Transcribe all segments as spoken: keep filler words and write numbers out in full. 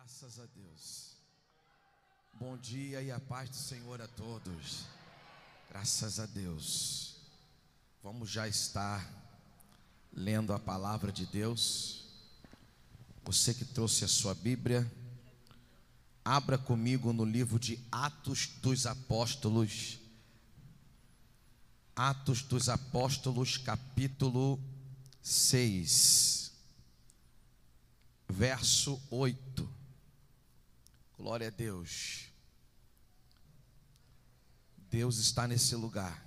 Graças a Deus. Bom dia e a paz do Senhor a todos. Graças a Deus. Vamos já estar lendo a palavra de Deus. Você que trouxe a sua Bíblia, abra comigo no livro de Atos dos Apóstolos. Atos dos Apóstolos, capítulo seis, verso oito. Glória a Deus. Deus está nesse lugar.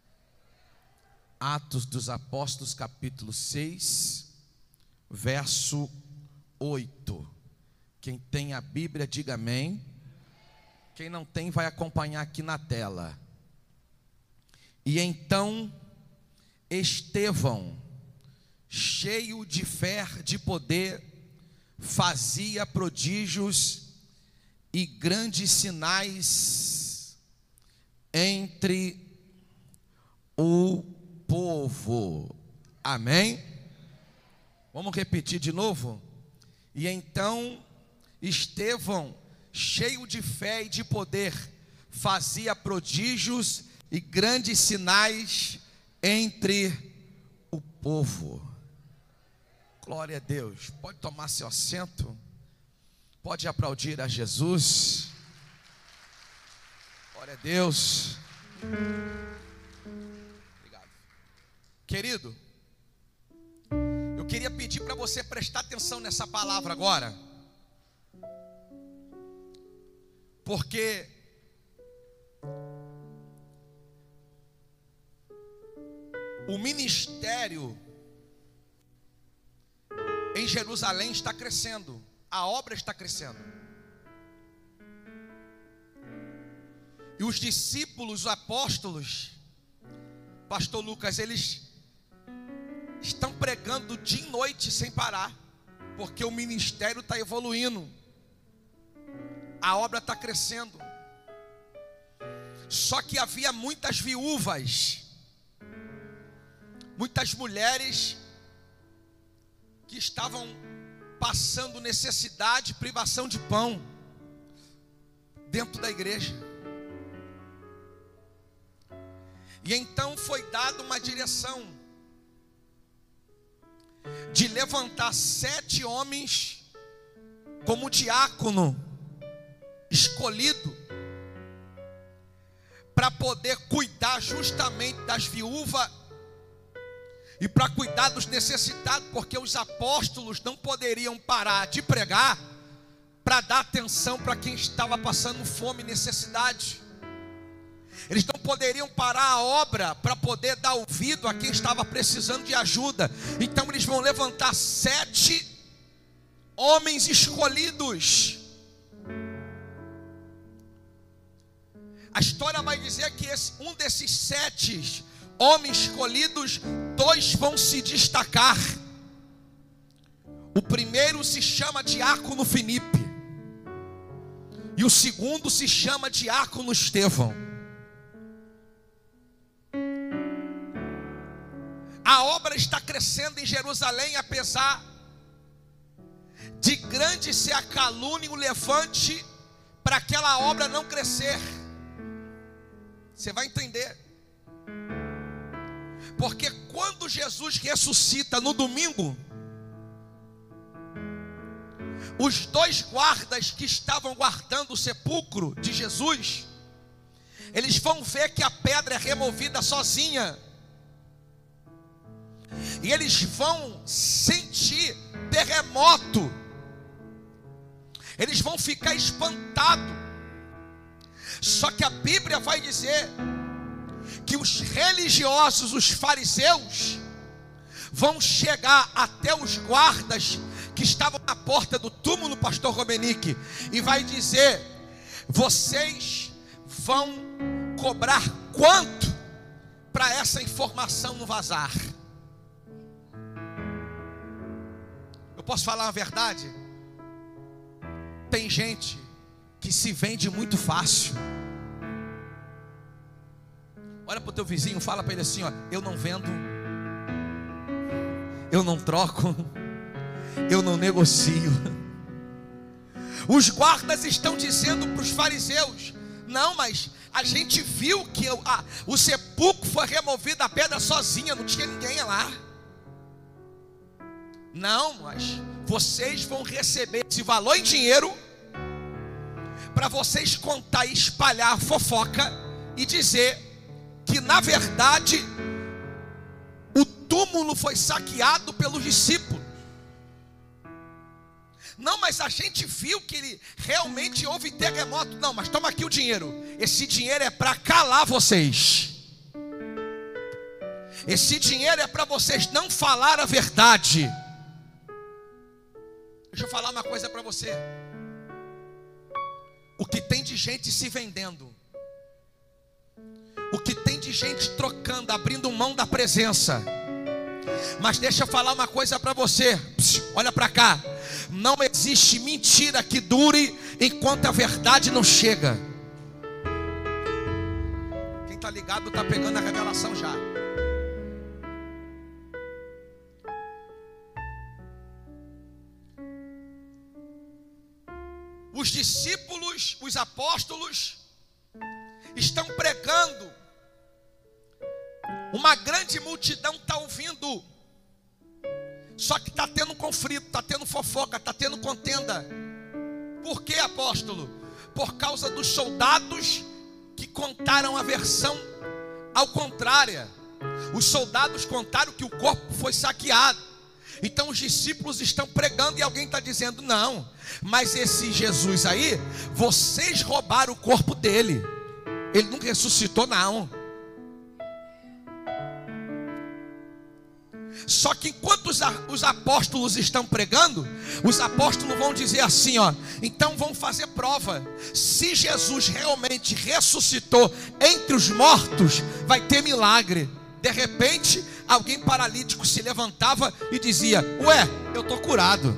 Atos dos Apóstolos, capítulo seis, verso oito. Quem tem a Bíblia, diga amém. Quem não tem, vai acompanhar aqui na tela. E então Estevão, cheio de fé, de poder, fazia prodígios e grandes sinais entre o povo. Amém? Vamos repetir de novo? E então Estevão, cheio de fé e de poder, fazia prodígios e grandes sinais entre o povo. Glória a Deus. Pode tomar seu assento. Pode aplaudir a Jesus. Glória a Deus. Obrigado. Querido, eu queria pedir para você prestar atenção nessa palavra agora, porque o ministério em Jerusalém está crescendo, a obra está crescendo, e os discípulos, os apóstolos, pastor Lucas, eles estão pregando dia e noite sem parar, porque o ministério está evoluindo, a obra está crescendo. Só que havia muitas viúvas, muitas mulheres que estavam passando necessidade, privação de pão dentro da igreja. E então foi dada uma direção de levantar sete homens como diácono escolhido para poder cuidar justamente das viúvas e para cuidar dos necessitados, porque os apóstolos não poderiam parar de pregar para dar atenção para quem estava passando fome e necessidade. Eles não poderiam parar a obra para poder dar ouvido a quem estava precisando de ajuda. Então eles vão levantar sete homens escolhidos. A história vai dizer que esse, um desses sete homens escolhidos, dois vão se destacar. O primeiro se chama Diácono Filipe, e o segundo se chama Diácono Estevão. A obra está crescendo em Jerusalém, apesar de grande ser a calúnia e o levante para aquela obra não crescer. Você vai entender. Porque quando Jesus ressuscita no domingo, os dois guardas que estavam guardando o sepulcro de Jesus, eles vão ver que a pedra é removida sozinha, e eles vão sentir terremoto, eles vão ficar espantados. Só que a Bíblia vai dizer que os religiosos, os fariseus, vão chegar até os guardas que estavam na porta do túmulo, pastor Romenick, e vai dizer: vocês vão cobrar quanto para essa informação não vazar? Eu posso falar a verdade? Tem gente que se vende muito fácil. Olha para o teu vizinho, fala para ele assim, ó: eu não vendo, eu não troco, eu não negocio. Os guardas estão dizendo para os fariseus: não, mas a gente viu que o, a, o sepulcro foi removido, a pedra sozinha, não tinha ninguém lá. Não, mas vocês vão receber esse valor em dinheiro para vocês contar e espalhar a fofoca e dizer que na verdade o túmulo foi saqueado pelos discípulos. Não, mas a gente viu que ele realmente houve terremoto. Não, mas toma aqui o dinheiro. Esse dinheiro é para calar vocês. Esse dinheiro é para vocês não falar a verdade. Deixa eu falar uma coisa para você. O que tem de gente se vendendo, o que tem de gente trocando, abrindo mão da presença. Mas deixa eu falar uma coisa para você. Pss, olha para cá. Não existe mentira que dure enquanto a verdade não chega. Quem está ligado está pegando a revelação já. Os discípulos, os apóstolos estão pregando. Uma grande multidão está ouvindo. Só que está tendo conflito, está tendo fofoca, está tendo contenda. Por que, apóstolo? Por causa dos soldados que contaram a versão ao contrária. Os soldados contaram que o corpo foi saqueado. Então os discípulos estão pregando e alguém está dizendo: não, mas esse Jesus aí, vocês roubaram o corpo dele. Ele não ressuscitou não. Só que enquanto os, os apóstolos estão pregando, os apóstolos vão dizer assim, ó: então vamos fazer prova. Se Jesus realmente ressuscitou entre os mortos, vai ter milagre. De repente, alguém paralítico se levantava e dizia: ué, eu estou curado.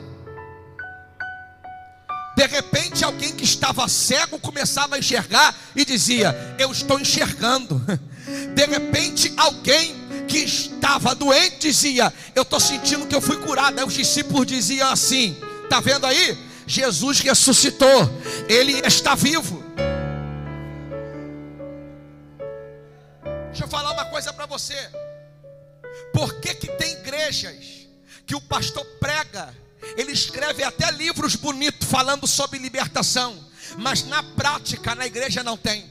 De repente, alguém que estava cego começava a enxergar e dizia: eu estou enxergando. De repente, alguém que estava doente dizia: eu estou sentindo que eu fui curado. Aí os discípulos diziam assim: está vendo aí? Jesus ressuscitou, Ele está vivo. Deixa eu falar uma coisa para você. Por que que tem igrejas que o pastor prega, ele escreve até livros bonitos falando sobre libertação, mas na prática na igreja não tem?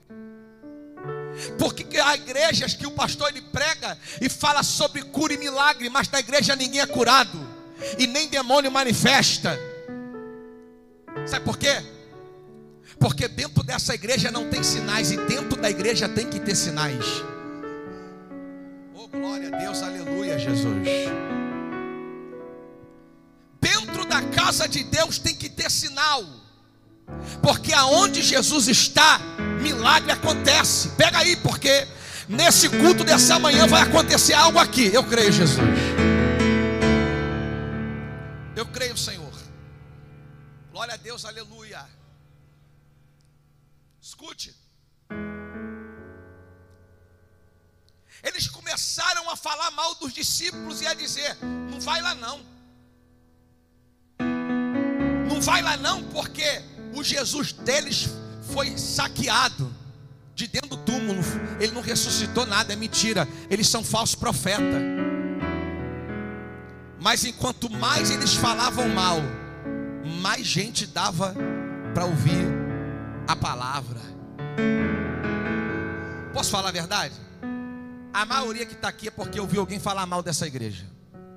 Por que que há igrejas que o pastor ele prega e fala sobre cura e milagre, mas na igreja ninguém é curado e nem demônio manifesta? Sabe por quê? Porque dentro dessa igreja não tem sinais, e dentro da igreja tem que ter sinais. Oh, glória a Deus, aleluia, Jesus. Dentro da casa de Deus tem que ter sinal, porque aonde Jesus está, milagre acontece. Pega aí, porque nesse culto dessa manhã vai acontecer algo aqui. Eu creio, Jesus. Eu creio, Senhor. Glória a Deus, aleluia. Escute. Eles começaram a falar mal dos discípulos e a dizer: não vai lá não. Não vai lá não, porque o Jesus deles foi saqueado de dentro do túmulo. Ele não ressuscitou nada, é mentira. Eles são falsos profetas. Mas enquanto mais eles falavam mal, mais gente dava para ouvir a palavra. Posso falar a verdade? A maioria que está aqui é porque ouviu alguém falar mal dessa igreja.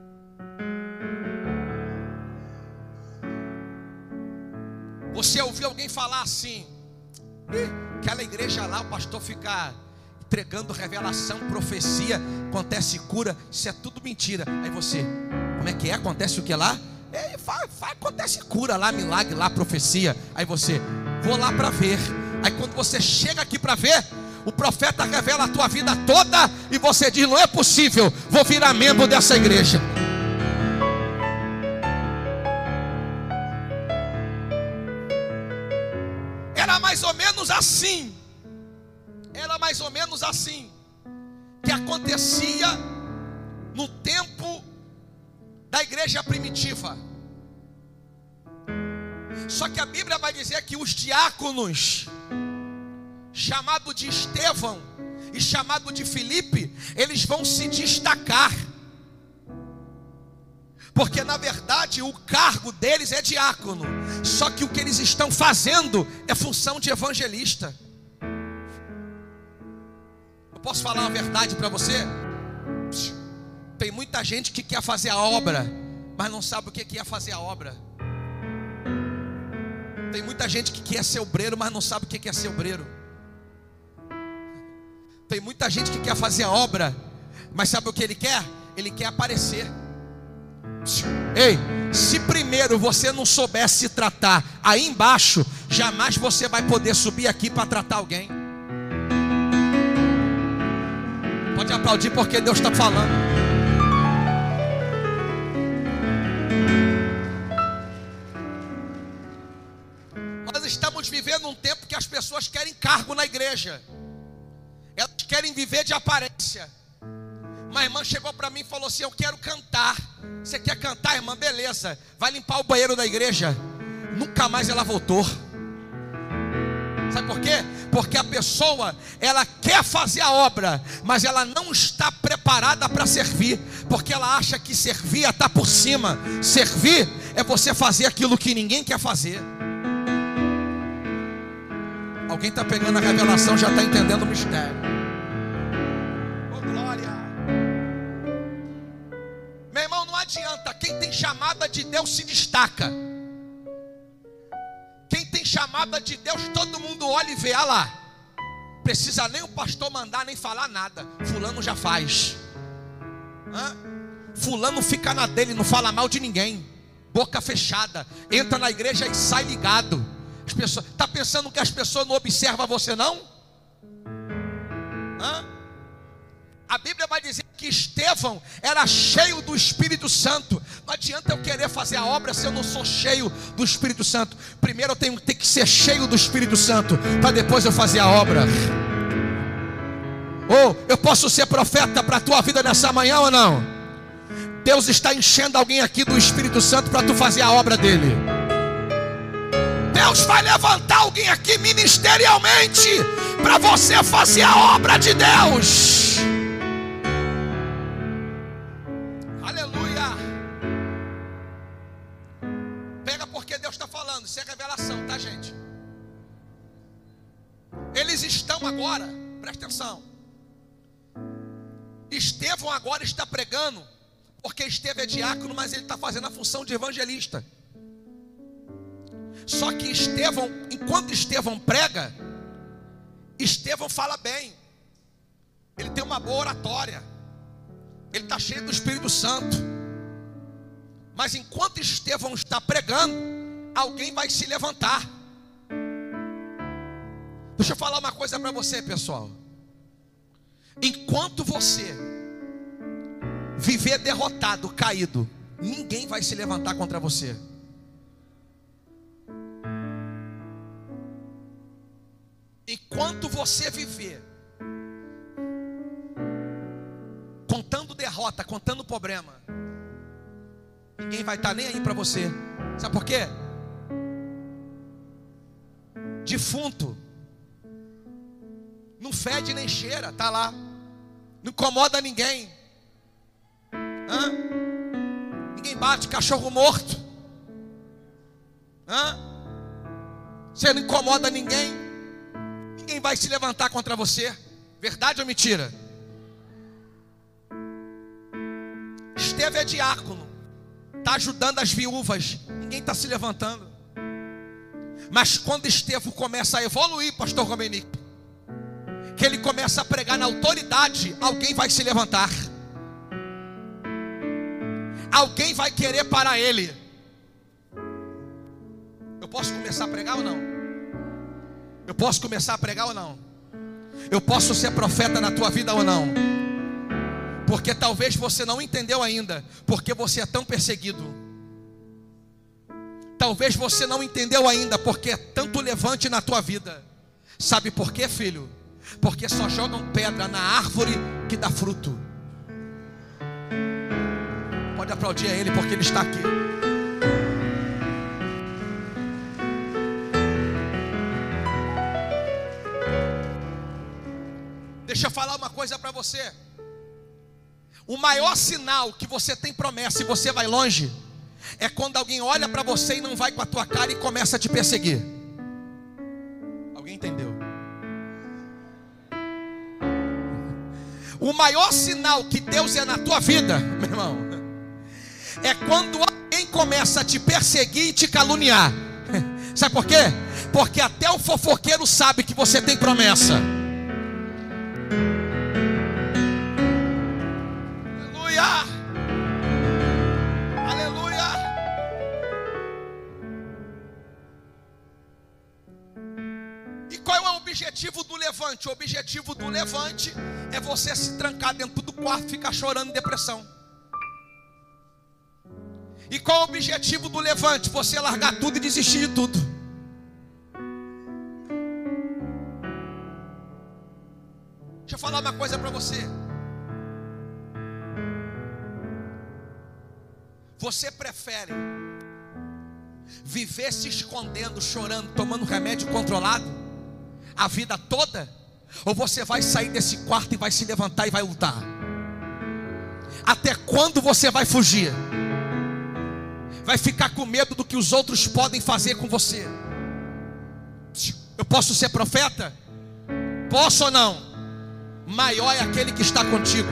Você ouviu alguém falar assim: aquela igreja lá, o pastor fica entregando revelação, profecia, acontece cura, isso é tudo mentira. Aí você: como é que é? Acontece o que lá? É, vai, vai, acontece cura lá, milagre lá, profecia. Aí você: vou lá para ver. Aí quando você chega aqui para ver, o profeta revela a tua vida toda e você diz: não é possível, vou virar membro dessa igreja. Era mais ou menos assim. Era mais ou menos assim que acontecia no tempo da igreja primitiva. Só que a Bíblia vai dizer que os diáconos, chamado de Estevão e chamado de Filipe, eles vão se destacar, porque na verdade o cargo deles é diácono, só que o que eles estão fazendo é função de evangelista. Eu posso falar uma verdade para você? Tem muita gente que quer fazer a obra, mas não sabe o que é fazer a obra. Tem muita gente que quer ser obreiro, mas não sabe o que é ser obreiro. Tem muita gente que quer fazer a obra, mas sabe o que ele quer? Ele quer aparecer. Ei, se primeiro você não souber se tratar aí embaixo, jamais você vai poder subir aqui para tratar alguém. Pode aplaudir porque Deus está falando. Nós estamos vivendo um tempo que as pessoas querem cargo na igreja. Elas querem viver de aparência. Uma irmã chegou para mim e falou assim: eu quero cantar. Você quer cantar, irmã? Beleza. Vai limpar o banheiro da igreja. Nunca mais ela voltou. Sabe por quê? Porque a pessoa, ela quer fazer a obra, mas ela não está preparada para servir, porque ela acha que servir é estar por cima. Servir é você fazer aquilo que ninguém quer fazer. Alguém está pegando a revelação, já está entendendo o mistério. Oh glória. Meu irmão, não adianta. Quem tem chamada de Deus se destaca. Quem tem chamada de Deus, todo mundo olha e vê, ah lá, precisa nem o pastor mandar, nem falar nada, fulano já faz. Hã? Fulano fica na dele, não fala mal de ninguém, boca fechada, entra na igreja e sai ligado. As pessoas, tá pensando que as pessoas não observam você não? Hã? A Bíblia vai dizer que Estevão era cheio do Espírito Santo. Não adianta eu querer fazer a obra se eu não sou cheio do Espírito Santo. Primeiro eu tenho que ter que ser cheio do Espírito Santo, para depois eu fazer a obra. Ou oh, eu posso ser profeta para a tua vida nessa manhã ou não? Deus está enchendo alguém aqui do Espírito Santo para tu fazer a obra dele. Deus vai levantar alguém aqui ministerialmente para você fazer a obra de Deus. Isso é revelação, tá, gente? Eles estão agora, presta atenção. Estevão agora está pregando, porque Estevão é diácono, mas ele está fazendo a função de evangelista. Só que Estevão, enquanto Estevão prega, Estevão fala bem. Ele tem uma boa oratória. Ele está cheio do Espírito Santo. Mas enquanto Estevão está pregando, alguém vai se levantar. Deixa eu falar uma coisa para você, pessoal. Enquanto você viver derrotado, caído, ninguém vai se levantar contra você. Enquanto você viver contando derrota, contando problema, ninguém vai estar nem aí para você. Sabe por quê? Defunto não fede nem cheira, tá lá, não incomoda ninguém. Hã? Ninguém bate cachorro morto. Hã? Você não incomoda ninguém. Ninguém vai se levantar contra você. Verdade ou mentira? Estevão é diácono, está ajudando as viúvas. Ninguém está se levantando. Mas quando Estevão começa a evoluir, pastor Romenick, que ele começa a pregar na autoridade, alguém vai se levantar. Alguém vai querer parar ele. Eu posso começar a pregar ou não? Eu posso começar a pregar ou não? Eu posso ser profeta na tua vida ou não? Porque talvez você não entendeu ainda porque você é tão perseguido. Talvez você não entendeu ainda porque é tanto levante na tua vida. Sabe por quê, filho? Porque só jogam pedra na árvore que dá fruto. Pode aplaudir a ele porque ele está aqui. Deixa eu falar uma coisa para você. O maior sinal que você tem promessa e você vai longe é quando alguém olha para você e não vai com a tua cara e começa a te perseguir. Alguém entendeu? O maior sinal que Deus é na tua vida, meu irmão, é quando alguém começa a te perseguir e te caluniar. Sabe por quê? Porque até o fofoqueiro sabe que você tem promessa. O objetivo do levante, o objetivo do levante é você se trancar dentro do quarto e ficar chorando em depressão. E qual é o objetivo do levante? Você largar tudo e desistir de tudo. Deixa eu falar uma coisa para você. Você prefere viver se escondendo, chorando, tomando remédio controlado a vida toda? Ou você vai sair desse quarto e vai se levantar e vai lutar? Até quando você vai fugir? Vai ficar com medo do que os outros podem fazer com você? Eu posso ser profeta? Posso ou não? Maior é aquele que está contigo.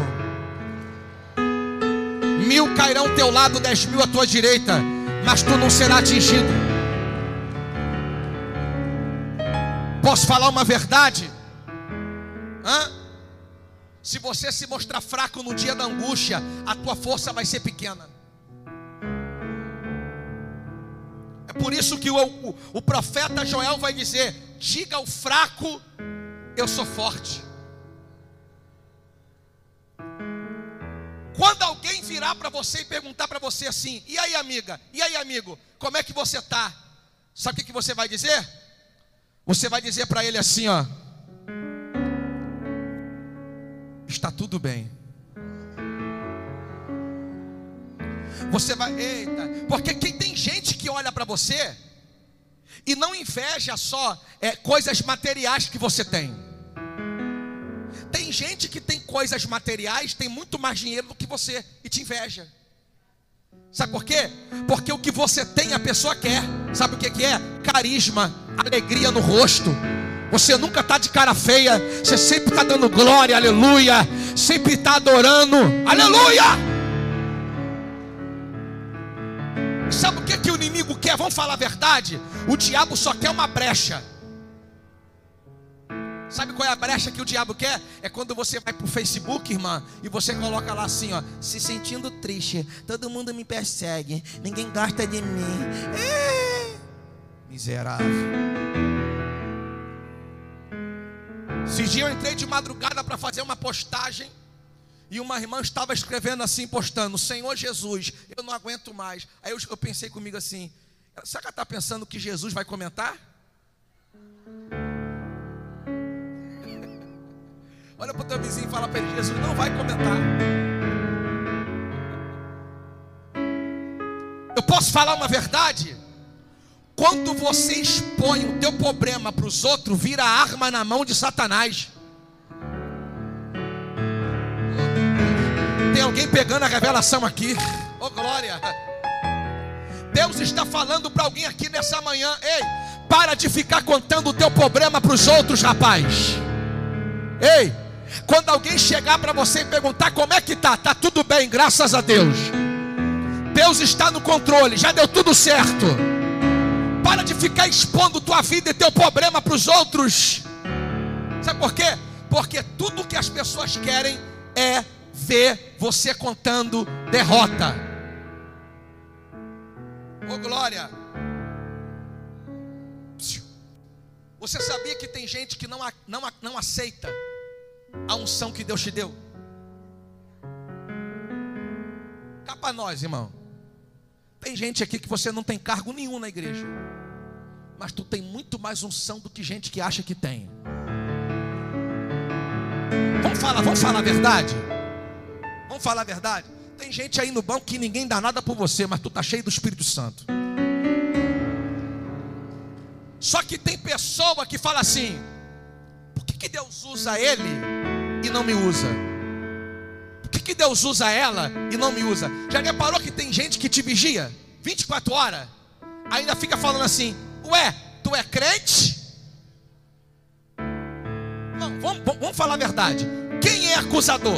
Mil cairão ao teu lado, dez mil à tua direita, mas tu não será atingido. Posso falar uma verdade? Hã? Se você se mostrar fraco no dia da angústia, a tua força vai ser pequena. É por isso que o, o, o profeta Joel vai dizer: diga ao fraco, eu sou forte. Quando alguém virar para você e perguntar para você assim: e aí, amiga? E aí, amigo? Como é que você está? Sabe o que, que você vai dizer? Você vai dizer para ele assim, ó: está tudo bem. Você vai, eita, porque quem tem gente que olha para você e não inveja só é, coisas materiais que você tem. Tem gente que tem coisas materiais, tem muito mais dinheiro do que você e te inveja. Sabe por quê? Porque o que você tem a pessoa quer. Sabe o que que é? Carisma, alegria no rosto. Você nunca está de cara feia. Você sempre está dando glória, aleluia. Sempre está adorando, aleluia. Sabe o que que o inimigo quer? Vamos falar a verdade. O diabo só quer uma brecha. Sabe qual é a brecha que o diabo quer? É quando você vai pro Facebook, irmã, e você coloca lá assim, ó: se sentindo triste, todo mundo me persegue, ninguém gosta de mim. É... miserável. Esses dias eu entrei de madrugada para fazer uma postagem, e uma irmã estava escrevendo assim, postando: Senhor Jesus, eu não aguento mais. Aí eu, eu pensei comigo assim: será que ela está pensando que Jesus vai comentar? Olha para o teu vizinho e fala para ele: Jesus não vai comentar. Eu posso falar uma verdade? Quando você expõe o teu problema para os outros, vira arma na mão de Satanás. Tem alguém pegando a revelação aqui. Oh glória. Deus está falando para alguém aqui nessa manhã: ei, para de ficar contando o teu problema para os outros, rapaz. Ei, quando alguém chegar para você e perguntar como é que tá, tá tudo bem, graças a Deus. Deus está no controle, já deu tudo certo. Para de ficar expondo tua vida e teu problema para os outros. Sabe por quê? Porque tudo que as pessoas querem é ver você contando derrota. Ô glória. Você sabia que tem gente que não, não, não aceita a unção que Deus te deu? Cá para nós, irmão. Tem gente aqui que você não tem cargo nenhum na igreja, mas tu tem muito mais unção do que gente que acha que tem. Vamos falar, vamos falar a verdade? Vamos falar a verdade? Tem gente aí no banco que ninguém dá nada por você, mas tu tá cheio do Espírito Santo. Só que tem pessoa que fala assim: por que que Deus usa ele e não me usa? Por que, que Deus usa ela e não me usa? Já reparou que tem gente que te vigia vinte e quatro horas, ainda fica falando assim: ué, tu é crente? Não, vamos, vamos falar a verdade. Quem é acusador?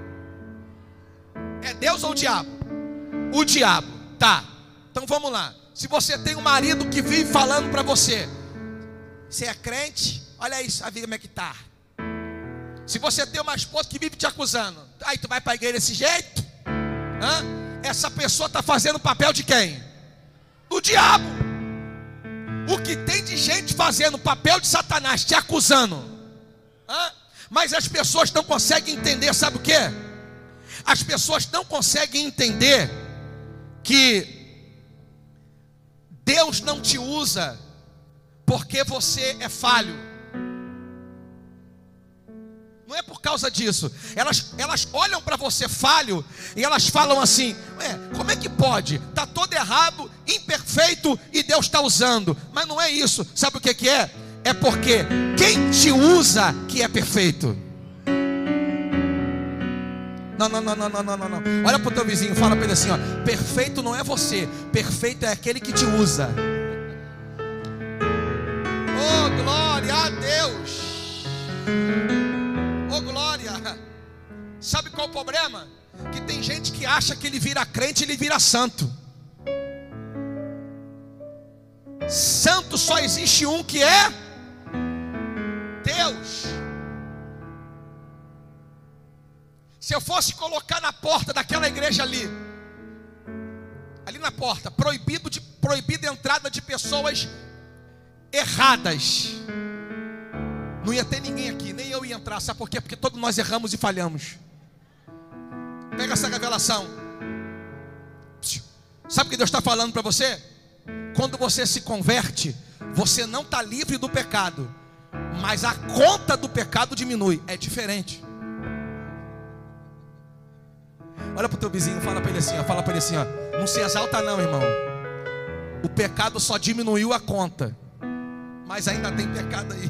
É Deus ou o diabo? O diabo, tá. Então vamos lá. Se você tem um marido que vive falando para você: você é crente? Olha isso, a vida como é que tá. Se você tem uma esposa que vive te acusando, aí tu vai para a igreja desse jeito? Hã? Essa pessoa está fazendo o papel de quem? Do diabo. O que tem de gente fazendo o papel de Satanás, te acusando? Hã? Mas as pessoas não conseguem entender, sabe o que? As pessoas não conseguem entender que Deus não te usa porque você é falho. Não é por causa disso. Elas, elas olham para você falho e elas falam assim: ué, como é que pode? Está todo errado, imperfeito, e Deus está usando. Mas não é isso. Sabe o que, que é? É porque quem te usa que é perfeito. Não, não, não, não, não, não, não. Olha para o teu vizinho, fala para ele assim, ó: perfeito não é você, perfeito é aquele que te usa. Oh, glória a Deus. Oh, glória. Sabe qual é o problema? Que tem gente que acha que ele vira crente, ele vira santo. Santo só existe um, que é Deus. Se eu fosse colocar na porta daquela igreja ali, ali na porta, proibido de, proibida a entrada de pessoas erradas, não ia ter ninguém aqui, nem eu ia entrar. Sabe por quê? Porque todos nós erramos e falhamos. Pega essa revelação. Sabe o que Deus está falando para você? Quando você se converte, você não está livre do pecado, mas a conta do pecado diminui. É diferente. Olha para o teu vizinho, fala para ele assim, ó, fala para ele assim, ó: não se exalta não, irmão. O pecado só diminuiu a conta, mas ainda tem pecado aí.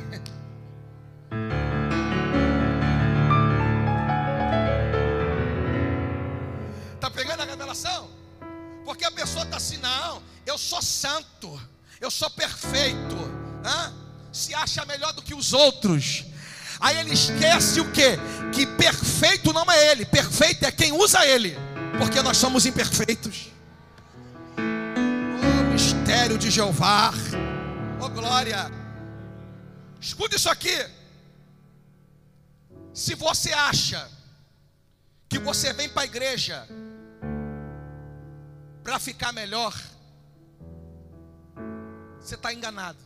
Está pegando a revelação? Porque a pessoa está assim: não, eu sou santo, eu sou perfeito, hein? Se acha melhor do que os outros. Aí ele esquece o quê? Que perfeito não é ele, perfeito é quem usa ele, porque nós somos imperfeitos. Oh, mistério de Jeová. Oh, glória. Escuta isso aqui. Se você acha que você vem para a igreja para ficar melhor, você está enganado.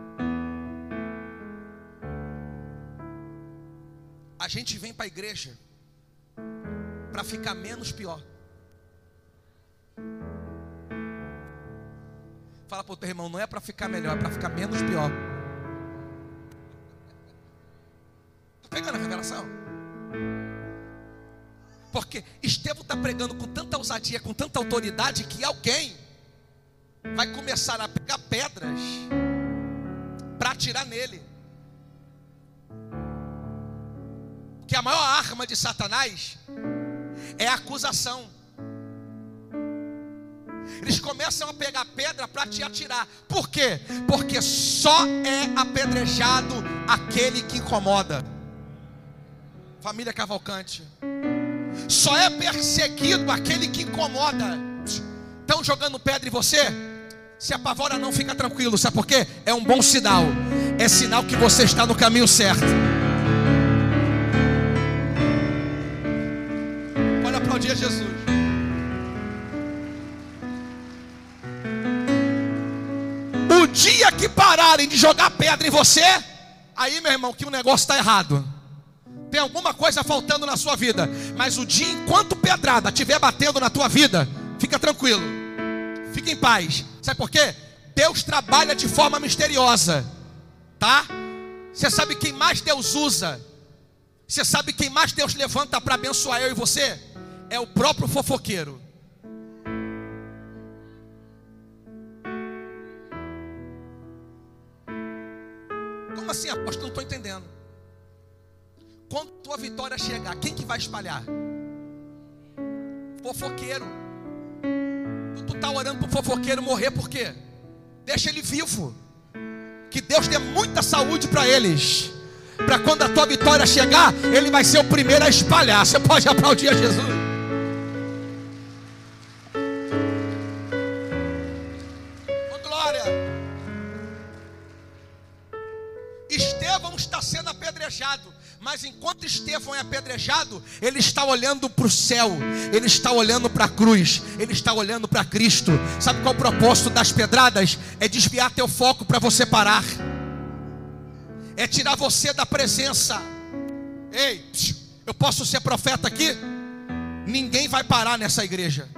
A gente vem para a igreja para ficar menos pior. Fala para o teu irmão: não é para ficar melhor, é para ficar menos pior. Está pegando a revelação? Porque Estevão está pregando com tanta ousadia, com tanta autoridade, que alguém vai começar a pegar pedras para atirar nele. Que a maior arma de Satanás é a acusação. Eles começam a pegar pedra para te atirar. Por quê? Porque só é apedrejado aquele que incomoda. Família Cavalcante. Só é perseguido aquele que incomoda. Estão jogando pedra em você? Se apavora não, fica tranquilo. Sabe por quê? É um bom sinal. É sinal que você está no caminho certo. Pode aplaudir a Jesus. O dia que pararem de jogar pedra em você, aí, meu irmão, que o negócio está errado. Tem alguma coisa faltando na sua vida. Mas o dia, enquanto pedrada estiver batendo na tua vida, fica tranquilo, fica em paz. Sabe por quê? Deus trabalha de forma misteriosa, tá? Você sabe quem mais Deus usa? Você sabe quem mais Deus levanta para abençoar eu e você? É o próprio fofoqueiro. Como assim, apóstolo? Não estou entendendo. Quando tua vitória chegar, quem que vai espalhar? Fofoqueiro. Tu está orando para o fofoqueiro morrer por quê? Deixa ele vivo. Que Deus dê muita saúde para eles, para quando a tua vitória chegar, ele vai ser o primeiro a espalhar. Você pode aplaudir a Jesus? Oh, glória. Estevão está sendo apedrejado, mas enquanto Estevão é apedrejado, ele está olhando para o céu, ele está olhando para a cruz, ele está olhando para Cristo. Sabe qual é o propósito das pedradas? É desviar teu foco para você parar, é tirar você da presença. Ei, eu posso ser profeta aqui? Ninguém vai parar nessa igreja.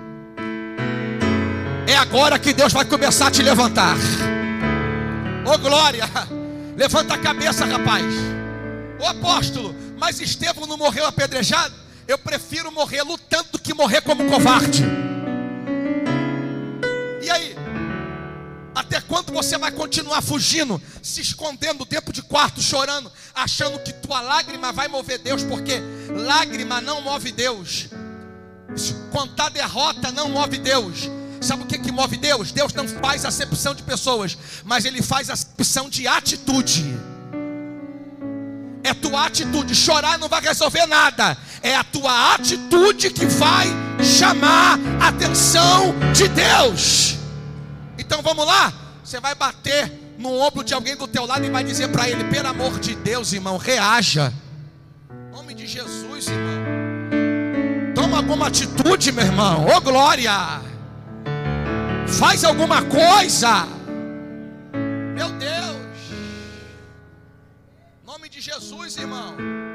É agora que Deus vai começar a te levantar. Oh glória! Levanta a cabeça, rapaz. Ô apóstolo, mas Estevão não morreu apedrejado? Eu prefiro morrer lutando do que morrer como covarde. E aí? Até quando você vai continuar fugindo, se escondendo dentro de quarto, chorando, achando que tua lágrima vai mover Deus? Porque lágrima não move Deus. Contar derrota não move Deus. Sabe o que que move Deus? Deus não faz acepção de pessoas, mas Ele faz acepção de atitude. É tua atitude. Chorar não vai resolver nada. É a tua atitude que vai chamar a atenção de Deus. Então vamos lá. Você vai bater no ombro de alguém do teu lado e vai dizer para ele: pelo amor de Deus, irmão, reaja. Em nome de Jesus, irmão. Toma alguma atitude, meu irmão. Ô glória. Faz alguma coisa. Meu Deus. Em nome de Jesus, irmão.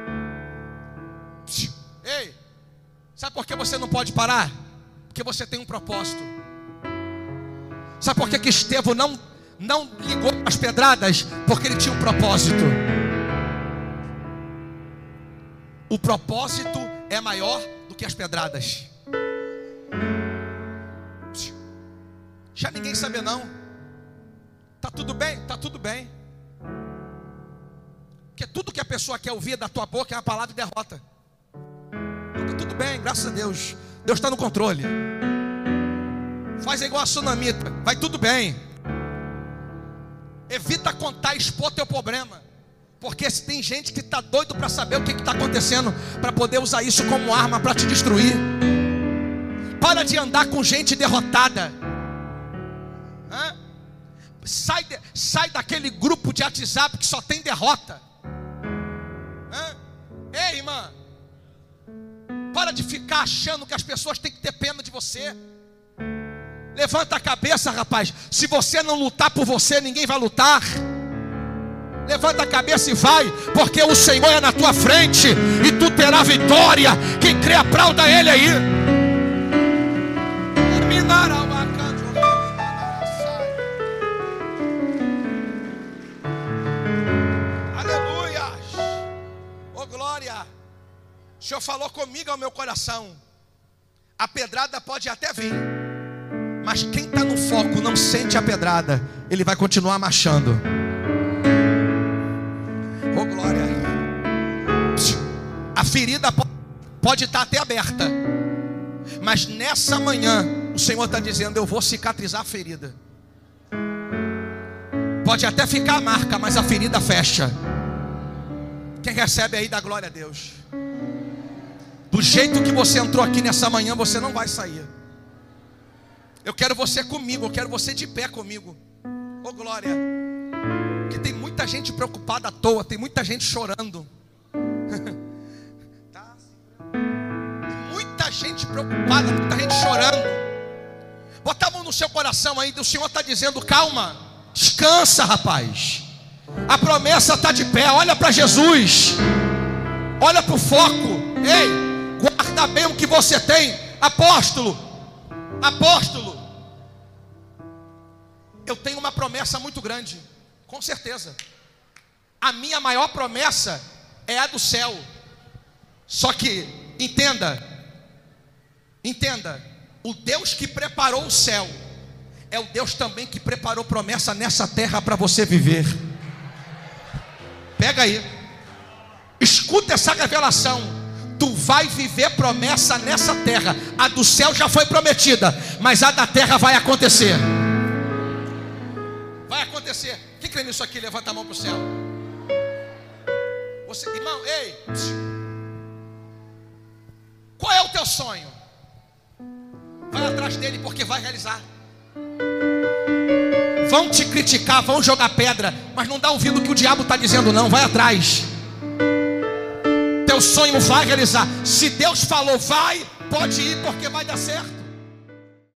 Ei, sabe por que você não pode parar? Porque você tem um propósito. Sabe por que que Estevão não, não ligou as pedradas? Porque ele tinha um propósito. O propósito é maior do que as pedradas. Já ninguém sabe não. Tá tudo bem? Tá tudo bem. Porque tudo que a pessoa quer ouvir da tua boca é uma palavra de derrota. Tá tudo bem, graças a Deus. Deus está no controle. Faz igual a sunamita, vai tudo bem. Evita contar e expor teu problema, porque se tem gente que está doido para saber o que está acontecendo, para poder usar isso como arma para te destruir. Para de andar com gente derrotada. Hã? Sai, de, sai daquele grupo de WhatsApp que só tem derrota. Hã? Ei, irmã, para de ficar achando que as pessoas têm que ter pena de você. Levanta a cabeça, rapaz. Se você não lutar por você, ninguém vai lutar. Levanta a cabeça e vai, porque o Senhor é na tua frente e tu terá vitória. Quem crê, aplauda Ele aí. Aleluia. Oh glória. O Senhor falou comigo ao meu coração. A pedrada pode até vir, mas quem está no foco não sente a pedrada, ele vai continuar marchando. Oh glória. A ferida pode estar até aberta, mas nessa manhã o Senhor está dizendo: eu vou cicatrizar a ferida. Pode até ficar a marca, mas a ferida fecha. Quem recebe aí, dá glória a Deus. Do jeito que você entrou aqui nessa manhã, você não vai sair. Eu quero você comigo, eu quero você de pé comigo. Oh glória. Porque tem muita gente preocupada à toa, tem muita gente chorando. Tá? Tem muita gente preocupada, muita gente chorando. Bota a mão no seu coração aí, o Senhor está dizendo: calma, descansa, rapaz. A promessa está de pé, olha para Jesus. Olha para o foco. Ei, guarda bem o que você tem. Apóstolo, apóstolo, eu tenho uma promessa muito grande, com certeza. A minha maior promessa é a do céu. Só que, entenda, entenda, o Deus que preparou o céu é o Deus também que preparou promessa nessa terra para você viver. Pega aí. escuta essa revelação. Tu vai viver promessa nessa terra. A do céu já foi prometida, mas a da terra vai acontecer. Vai acontecer. Quem crê nisso aqui, levanta a mão para o céu. Você, irmão, ei, qual é o teu sonho? Vai atrás dele, porque vai realizar. Vão te criticar, vão jogar pedra, mas não dá ouvido o que o diabo está dizendo, não. Vai atrás. Teu sonho vai realizar. Se Deus falou vai, pode ir, porque vai dar certo.